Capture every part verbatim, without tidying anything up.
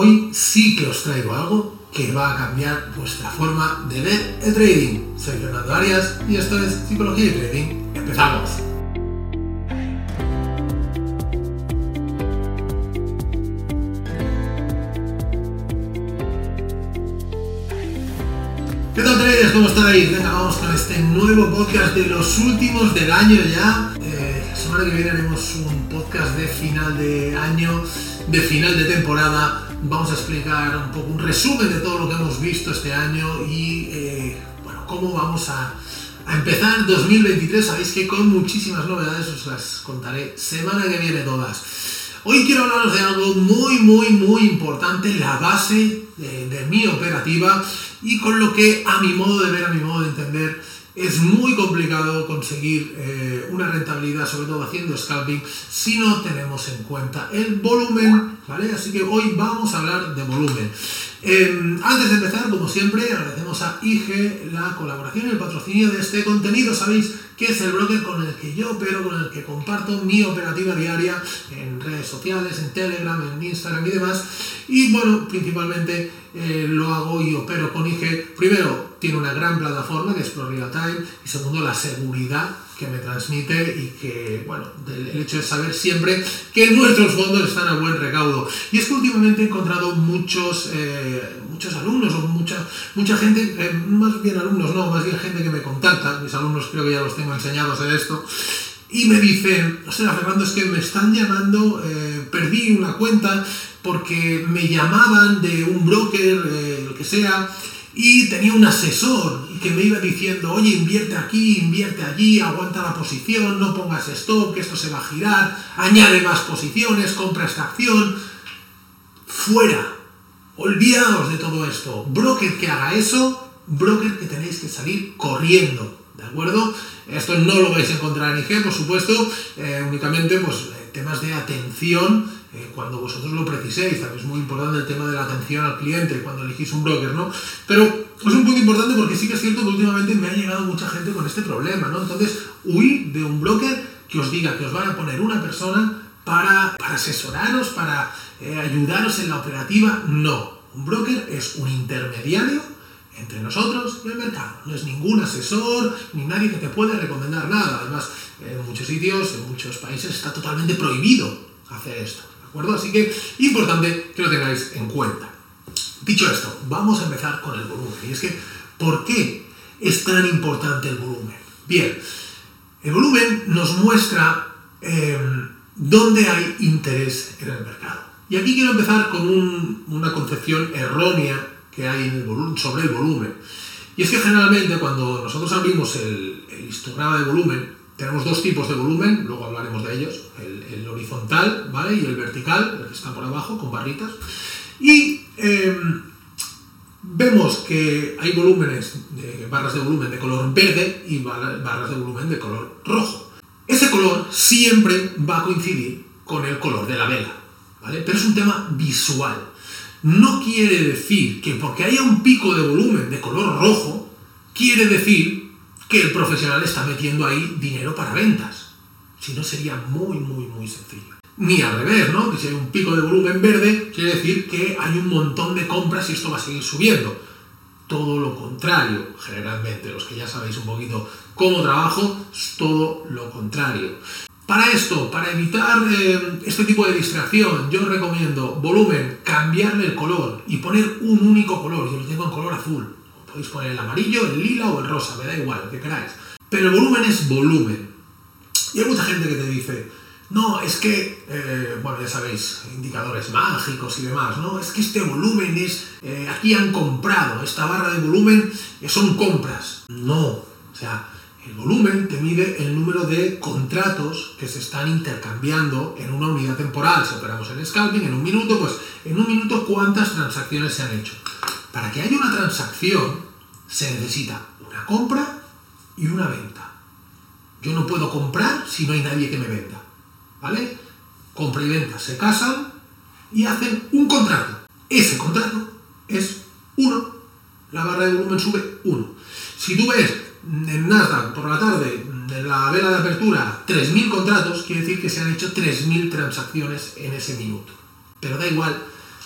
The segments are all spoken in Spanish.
Hoy sí que os traigo algo que va a cambiar vuestra forma de ver el trading. Soy Fernando Arias y esto es Psicología y Trading. ¡Empezamos! ¿Qué tal, traders? ¿Cómo estáis? Venga, vamos con este nuevo podcast de los últimos del año ya. Eh, la semana que viene haremos un podcast de final de año, de final de temporada. Vamos a explicar un poco un resumen de todo lo que hemos visto este año y eh, bueno, cómo vamos a, a empezar dos mil veintitrés. Sabéis que con muchísimas novedades, os las contaré semana que viene todas. Hoy quiero hablaros de algo muy, muy, muy importante, la base de, de mi operativa y con lo que a mi modo de ver, a mi modo de entender, es muy complicado conseguir eh, una rentabilidad, sobre todo haciendo scalping, si no tenemos en cuenta el volumen, ¿vale? Así que hoy vamos a hablar de volumen. Eh, antes de empezar, como siempre, agradecemos a I G la colaboración y el patrocinio de este contenido. Sabéis que es el broker con el que yo opero, con el que comparto mi operativa diaria en redes sociales, en Telegram, en Instagram y demás. Y bueno, principalmente eh, lo hago y opero con I G. Primero, tiene una gran plataforma que es Pro Real Time, y segundo, la seguridad que me transmite y que, bueno, el hecho de saber siempre que nuestros fondos están a buen recaudo. Y es que últimamente he encontrado muchos, eh, muchos alumnos o mucha, mucha gente, eh, más bien alumnos, no, más bien gente que me contacta, mis alumnos creo que ya los tengo enseñados en esto, y me dicen, o sea, Fernando, es que me están llamando, eh, perdí una cuenta porque me llamaban de un broker, eh, lo que sea, y tenía un asesor que me iba diciendo, oye, invierte aquí, invierte allí, aguanta la posición, no pongas stop, que esto se va a girar, añade más posiciones, compra esta acción. Fuera, olvidaos de todo esto. Broker que haga eso, broker que tenéis que salir corriendo, ¿de acuerdo? Esto no lo vais a encontrar en I G, por supuesto, eh, únicamente pues temas de atención, eh, cuando vosotros lo preciséis. También es muy importante el tema de la atención al cliente cuando elegís un broker, ¿no? Pero es un punto importante porque sí que es cierto que últimamente me ha llegado mucha gente con este problema, ¿no? Entonces, huid de un broker que os diga que os van a poner una persona para, para asesoraros, para eh, ayudaros en la operativa. No, un broker es un intermediario entre nosotros y el mercado. No es ningún asesor ni nadie que te pueda recomendar nada. Además, en muchos sitios, en muchos países está totalmente prohibido hacer esto, ¿de acuerdo? Así que importante que lo tengáis en cuenta. Dicho esto, vamos a empezar con el volumen. Y es que, ¿por qué es tan importante el volumen? Bien, el volumen nos muestra eh, dónde hay interés en el mercado. Y aquí quiero empezar con un, una concepción errónea que hay en el volumen, sobre el volumen. Y es que generalmente cuando nosotros abrimos el, el histograma de volumen, tenemos dos tipos de volumen, luego hablaremos de ellos, el, el horizontal, ¿vale? Y el vertical, el que está por abajo, con barritas. Y eh, vemos que hay volúmenes, de, barras de volumen de color verde y barras de volumen de color rojo. Ese color siempre va a coincidir con el color de la vela, ¿vale? Pero es un tema visual. No quiere decir que porque haya un pico de volumen de color rojo, quiere decir que el profesional está metiendo ahí dinero para ventas. Si no, sería muy, muy, muy sencillo. Ni al revés, ¿no? Que si hay un pico de volumen verde, quiere decir que hay un montón de compras y esto va a seguir subiendo. Todo lo contrario, generalmente. Los que ya sabéis un poquito cómo trabajo, es todo lo contrario. Para esto, para evitar eh, este tipo de distracción, yo os recomiendo volumen, cambiarle el color y poner un único color. Yo lo tengo en color azul. Podéis poner el amarillo, el lila o el rosa, me da igual, lo que queráis. Pero el volumen es volumen. Y hay mucha gente que te dice, no, es que, eh, bueno, ya sabéis, indicadores mágicos y demás, ¿no? Es que este volumen es, eh, aquí han comprado, esta barra de volumen eh, son compras. No, o sea, el volumen te mide el número de contratos que se están intercambiando en una unidad temporal. Si operamos en scalping, en un minuto, pues en un minuto, ¿cuántas transacciones se han hecho? Para que haya una transacción, se necesita una compra y una venta. Yo no puedo comprar si no hay nadie que me venda, ¿vale? Compra y venta se casan y hacen un contrato. Ese contrato es uno. La barra de volumen sube uno. Si tú ves en Nasdaq por la tarde, en la vela de apertura, tres mil contratos, quiere decir que se han hecho tres mil transacciones en ese minuto. Pero da igual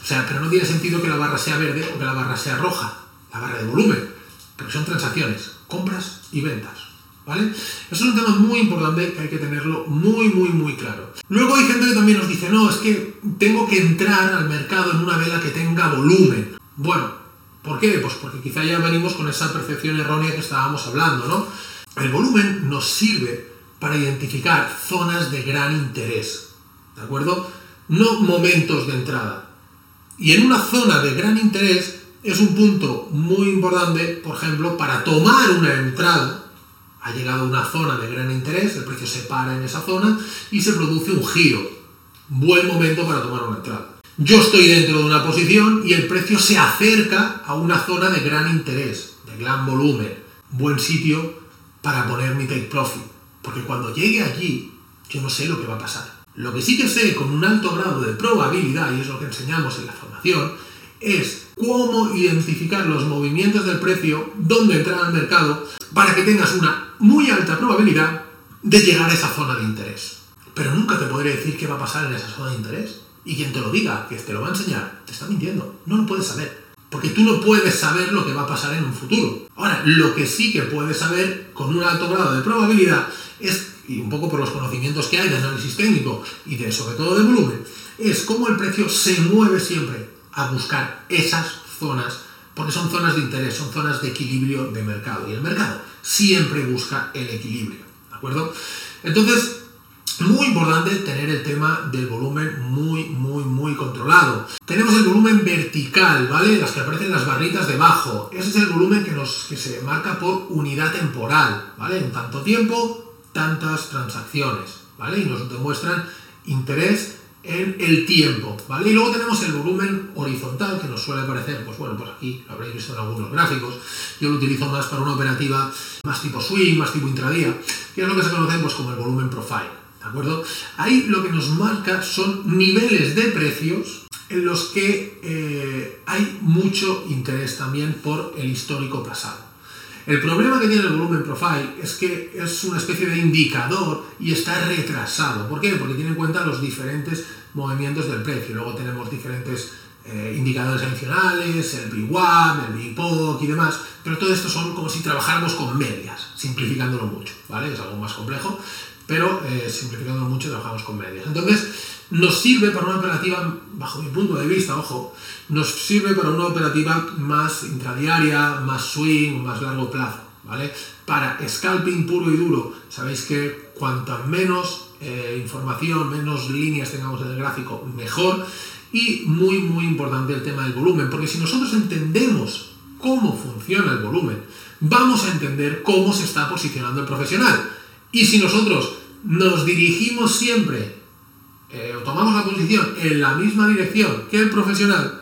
O sea, pero no tiene sentido que la barra sea verde o que la barra sea roja, la barra de volumen, porque son transacciones, compras y ventas, ¿vale? Eso es un tema muy importante que hay que tenerlo muy, muy, muy claro. Luego hay gente que también nos dice, no, es que tengo que entrar al mercado en una vela que tenga volumen. Bueno, ¿por qué? Pues porque quizá ya venimos con esa percepción errónea que estábamos hablando, ¿no? El volumen nos sirve para identificar zonas de gran interés, ¿de acuerdo? No momentos de entrada. Y en una zona de gran interés es un punto muy importante, por ejemplo, para tomar una entrada. Ha llegado a una zona de gran interés, el precio se para en esa zona y se produce un giro. Buen momento para tomar una entrada. Yo estoy dentro de una posición y el precio se acerca a una zona de gran interés, de gran volumen. Buen sitio para poner mi take profit. Porque cuando llegue allí, yo no sé lo que va a pasar. Lo que sí que sé con un alto grado de probabilidad, y es lo que enseñamos en la formación, es cómo identificar los movimientos del precio, dónde entrar al mercado, para que tengas una muy alta probabilidad de llegar a esa zona de interés. Pero nunca te podré decir qué va a pasar en esa zona de interés. Y quien te lo diga, que te lo va a enseñar, te está mintiendo. No lo puedes saber. Porque tú no puedes saber lo que va a pasar en un futuro. Ahora, lo que sí que puedes saber con un alto grado de probabilidad es, y un poco por los conocimientos que hay de análisis técnico y de, sobre todo de volumen, es cómo el precio se mueve siempre a buscar esas zonas, porque son zonas de interés, son zonas de equilibrio de mercado. Y el mercado siempre busca el equilibrio, ¿de acuerdo? Entonces, muy importante tener el tema del volumen muy, muy, muy controlado. Tenemos el volumen vertical, ¿vale? Las que aparecen las barritas debajo. Ese es el volumen que, nos, que se marca por unidad temporal, ¿vale? En tanto tiempo, tantas transacciones, ¿vale? Y nos demuestran interés en el tiempo, ¿vale? Y luego tenemos el volumen horizontal, que nos suele aparecer, pues bueno, pues aquí lo habréis visto en algunos gráficos. Yo lo utilizo más para una operativa más tipo swing, más tipo intradía, que es lo que se conoce pues como el volumen profile. ¿De acuerdo? Ahí lo que nos marca son niveles de precios en los que eh, hay mucho interés también por el histórico pasado. El problema que tiene el volumen profile es que es una especie de indicador y está retrasado. ¿Por qué? Porque tiene en cuenta los diferentes movimientos del precio. Luego tenemos diferentes eh, indicadores adicionales, el V WAP, el V P O C y demás, pero todo esto son como si trabajáramos con medias, simplificándolo mucho, ¿vale? Es algo más complejo, pero eh, simplificándolo mucho trabajamos con medias. Entonces, nos sirve para una operativa, bajo mi punto de vista, ojo, nos sirve para una operativa más intradiaria, más swing, más largo plazo, ¿vale? Para scalping puro y duro, sabéis que cuanta menos eh, información, menos líneas tengamos en el gráfico, mejor. Y muy, muy importante el tema del volumen, porque si nosotros entendemos cómo funciona el volumen, vamos a entender cómo se está posicionando el profesional. Y si nosotros nos dirigimos siempre, eh, o tomamos la posición en la misma dirección que el profesional,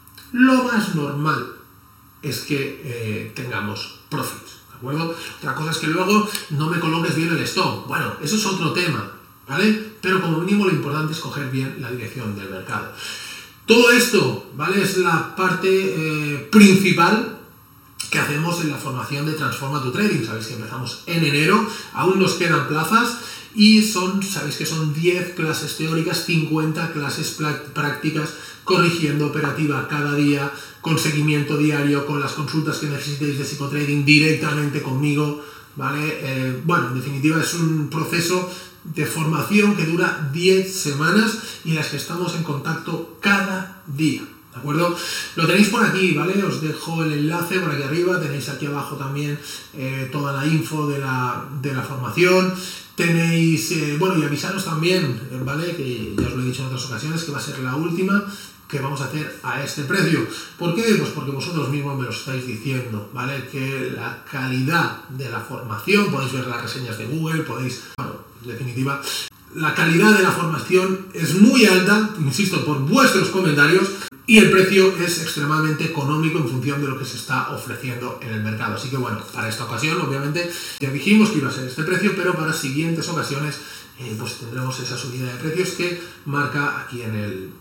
lo más normal es que eh, tengamos profits, ¿de acuerdo? Otra cosa es que luego no me coloques bien el stop. Bueno, eso es otro tema, ¿vale? Pero como mínimo lo importante es coger bien la dirección del mercado. Todo esto, ¿vale? Es la parte eh, principal que hacemos en la formación de Transforma tu Trading. Sabéis que empezamos en enero, aún nos quedan plazas y son, sabéis que son diez clases teóricas, cincuenta clases prácticas, corrigiendo operativa cada día, con seguimiento diario, con las consultas que necesitéis de psicotrading directamente conmigo, ¿vale? Eh, bueno, en definitiva es un proceso de formación que dura diez semanas y en las que estamos en contacto cada día, ¿de acuerdo? Lo tenéis por aquí, ¿vale? Os dejo el enlace por aquí arriba, tenéis aquí abajo también eh, toda la info de la, de la formación. Tenéis, eh, bueno, y avisaros también, ¿vale? Que ya os lo he dicho en otras ocasiones, que va a ser la última que vamos a hacer a este precio. ¿Por qué? Pues porque vosotros mismos me lo estáis diciendo, ¿vale? Que la calidad de la formación, podéis ver las reseñas de Google, podéis, bueno, en definitiva, la calidad de la formación es muy alta, insisto, por vuestros comentarios, y el precio es extremadamente económico en función de lo que se está ofreciendo en el mercado. Así que bueno, para esta ocasión, obviamente, ya dijimos que iba a ser este precio, pero para siguientes ocasiones, eh, pues tendremos esa subida de precios que marca aquí en el,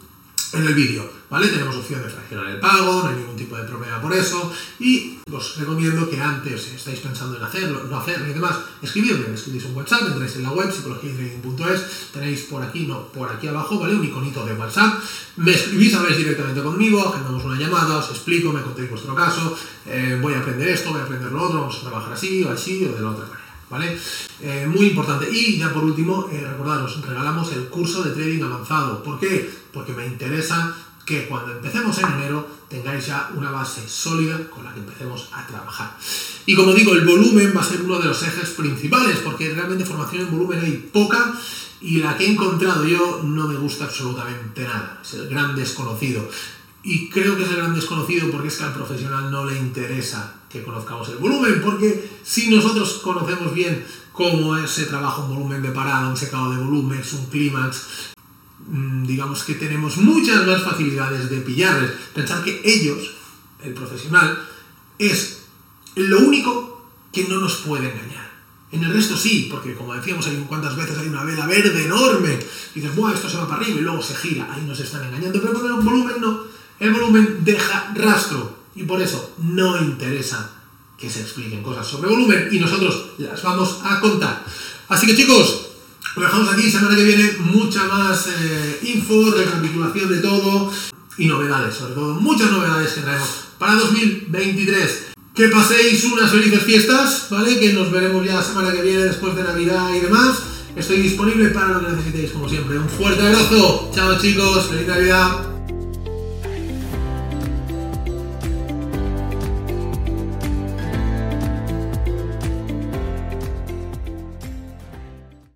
en el vídeo, ¿vale? Tenemos opción de fraccionar el pago, no hay ningún tipo de problema por eso, y os recomiendo que antes, si estáis pensando en hacerlo, no hacerlo y demás, escribidme, me escribís un WhatsApp, entráis en la web psicología y trading punto es, tenéis por aquí, no, por aquí abajo, ¿vale? Un iconito de WhatsApp, me escribís, habláis directamente conmigo, agendamos una llamada, os explico, me contéis vuestro caso, eh, voy a aprender esto, voy a aprender lo otro, vamos a trabajar así o así o de la otra manera, ¿vale? Eh, muy importante. Y ya por último, eh, recordaros, regalamos el curso de trading avanzado. ¿Por qué? Porque me interesa que cuando empecemos en enero tengáis ya una base sólida con la que empecemos a trabajar. Y como digo, el volumen va a ser uno de los ejes principales, porque realmente formación en volumen hay poca y la que he encontrado yo no me gusta absolutamente nada. Es el gran desconocido. Y creo que es el gran desconocido porque es que al profesional no le interesa que conozcamos el volumen, porque si nosotros conocemos bien cómo se trabaja un volumen de parada, un secado de volumen, un clímax, digamos que tenemos muchas más facilidades de pillarles. Pensar que ellos, el profesional, es lo único que no nos puede engañar. En el resto sí, porque como decíamos, hay cuántas veces hay una vela verde enorme, y dices, ¡buah, esto se va para arriba! Y luego se gira, ahí nos están engañando, pero con el volumen no. El volumen deja rastro, y por eso no interesa que se expliquen cosas sobre volumen, y nosotros las vamos a contar. Así que chicos, lo dejamos aquí, semana que viene mucha más eh, info, recapitulación de todo, y novedades, sobre todo, muchas novedades que traemos para dos mil veintitrés. Que paséis unas felices fiestas, ¿vale? Que nos veremos ya la semana que viene después de Navidad y demás. Estoy disponible para lo que necesitéis, como siempre. Un fuerte abrazo. Chao chicos, feliz Navidad.